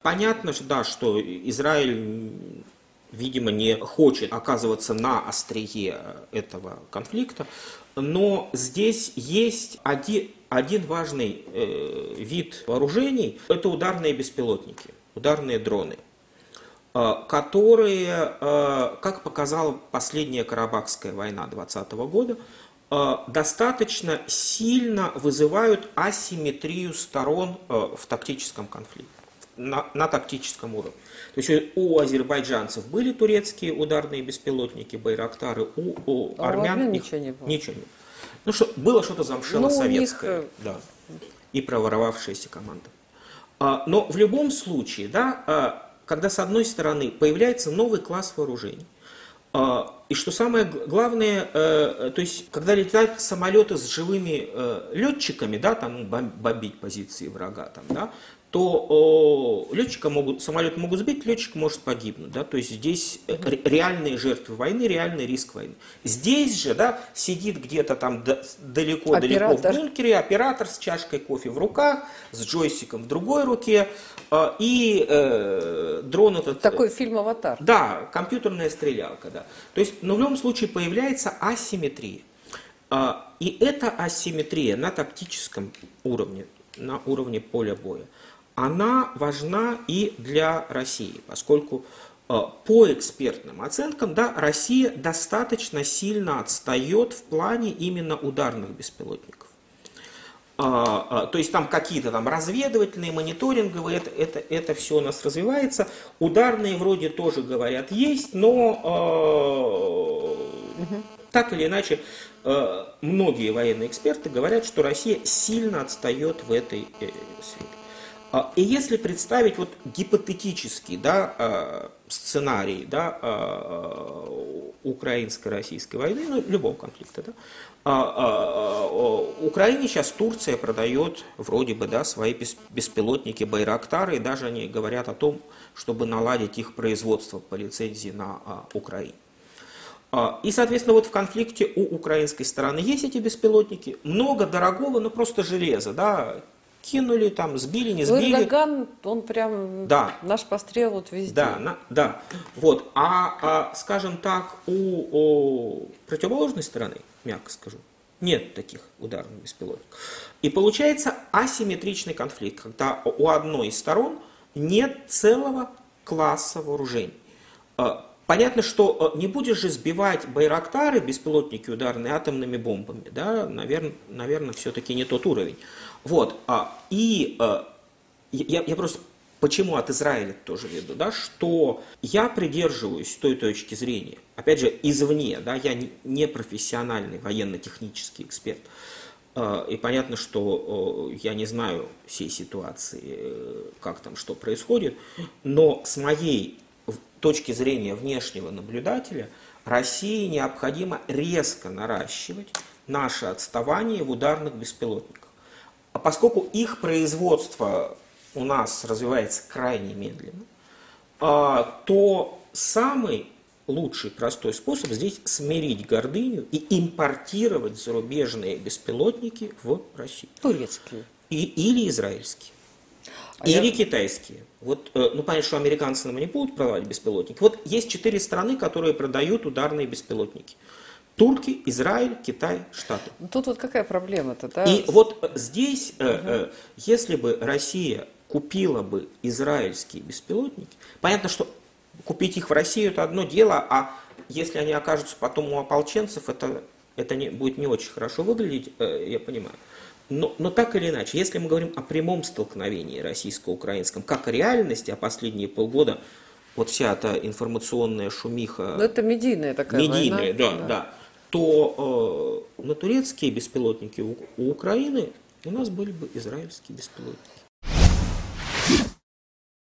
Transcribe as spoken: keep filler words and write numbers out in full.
Понятно, да, что Израиль, видимо, не хочет оказываться на острие этого конфликта, но здесь есть один, один важный э, вид вооружений, это ударные беспилотники, ударные дроны, э, которые, э, как показала последняя Карабахская война двадцатого года, э, достаточно сильно вызывают асимметрию сторон э, в тактическом конфликте. На, на тактическом уровне. То есть у азербайджанцев были турецкие ударные беспилотники, байрактары, у, у а армян у их, ничего не было. Ничего не было. Ну, что, было что-то замшело ну, советское, них... да, и проворовавшаяся команда. А, но в любом случае, да, а, когда с одной стороны появляется новый класс вооружений, а, и что самое главное, а, то есть когда летают самолеты с живыми а, летчиками, да, там бомбить позиции врага, там, да, то летчика могут, самолет могут сбить, летчик может погибнуть. Да? То есть здесь реальные жертвы войны, реальный риск войны. Здесь же, да, сидит где-то там далеко-далеко в бункере оператор с чашкой кофе в руках, с джойстиком в другой руке, и э, дрон этот... Такой фильм «Аватар». Да, компьютерная стрелялка. Да. То есть, но в любом случае появляется асимметрия. И эта асимметрия на тактическом уровне, на уровне поля боя, она важна и для России, поскольку э, по экспертным оценкам, да, Россия достаточно сильно отстает в плане именно ударных беспилотников. А, а, то есть там какие-то там разведывательные, мониторинговые, это, это, это все у нас развивается. Ударные вроде тоже, говорят, есть, но э, угу. так или иначе э, многие военные эксперты говорят, что Россия сильно отстает в этой э, сфере. И если представить вот гипотетический, да, сценарий, да, украинско-российской войны, ну, любого конфликта, да, Украине сейчас Турция продает вроде бы, да, свои беспилотники байрактары, и даже они говорят о том, чтобы наладить их производство по лицензии на Украине. И, соответственно, вот в конфликте у украинской стороны есть эти беспилотники, много дорогого, но просто железа, да, кинули, там, сбили, не сбили. Эрдоган, он прям да. наш пострел вот везде. Да, на, да. Вот. А, а, скажем так, у, у противоположной стороны, мягко скажу, нет таких ударных беспилотников. И получается асимметричный конфликт, когда у одной из сторон нет целого класса вооружений. Понятно, что не будешь же сбивать байрактары, беспилотники ударные, атомными бомбами. Да? Наверное, наверное все-таки не тот уровень. Вот. И я, я просто почему от Израиля тоже веду, да, что я придерживаюсь той точки зрения, опять же, извне, да, я не профессиональный военно-технический эксперт. И понятно, что я не знаю всей ситуации, как там что происходит, но с моей точки зрения внешнего наблюдателя России необходимо резко наращивать наше отставание в ударных беспилотниках. А поскольку их производство у нас развивается крайне медленно, то самый лучший простой способ здесь смирить гордыню и импортировать зарубежные беспилотники в Россию. Турецкие. И, или израильские. А или я... китайские. Вот, ну, понятно, что американцы нам не будут продавать беспилотники. Вот есть четыре страны, которые продают ударные беспилотники. Турки, Израиль, Китай, Штаты. Тут вот какая проблема-то, да? И вот здесь, угу. если бы Россия купила бы израильские беспилотники, понятно, что купить их в Россию это одно дело, а если они окажутся потом у ополченцев, это, это не, будет не очень хорошо выглядеть, я понимаю. Но, но так или иначе, если мы говорим о прямом столкновении российско-украинском, как о реальности, а последние полгода вот вся эта информационная шумиха... Ну, это медийная такая медийная, война. Да, да. да. То э, на турецкие беспилотники у, у Украины у нас были бы израильские беспилотники.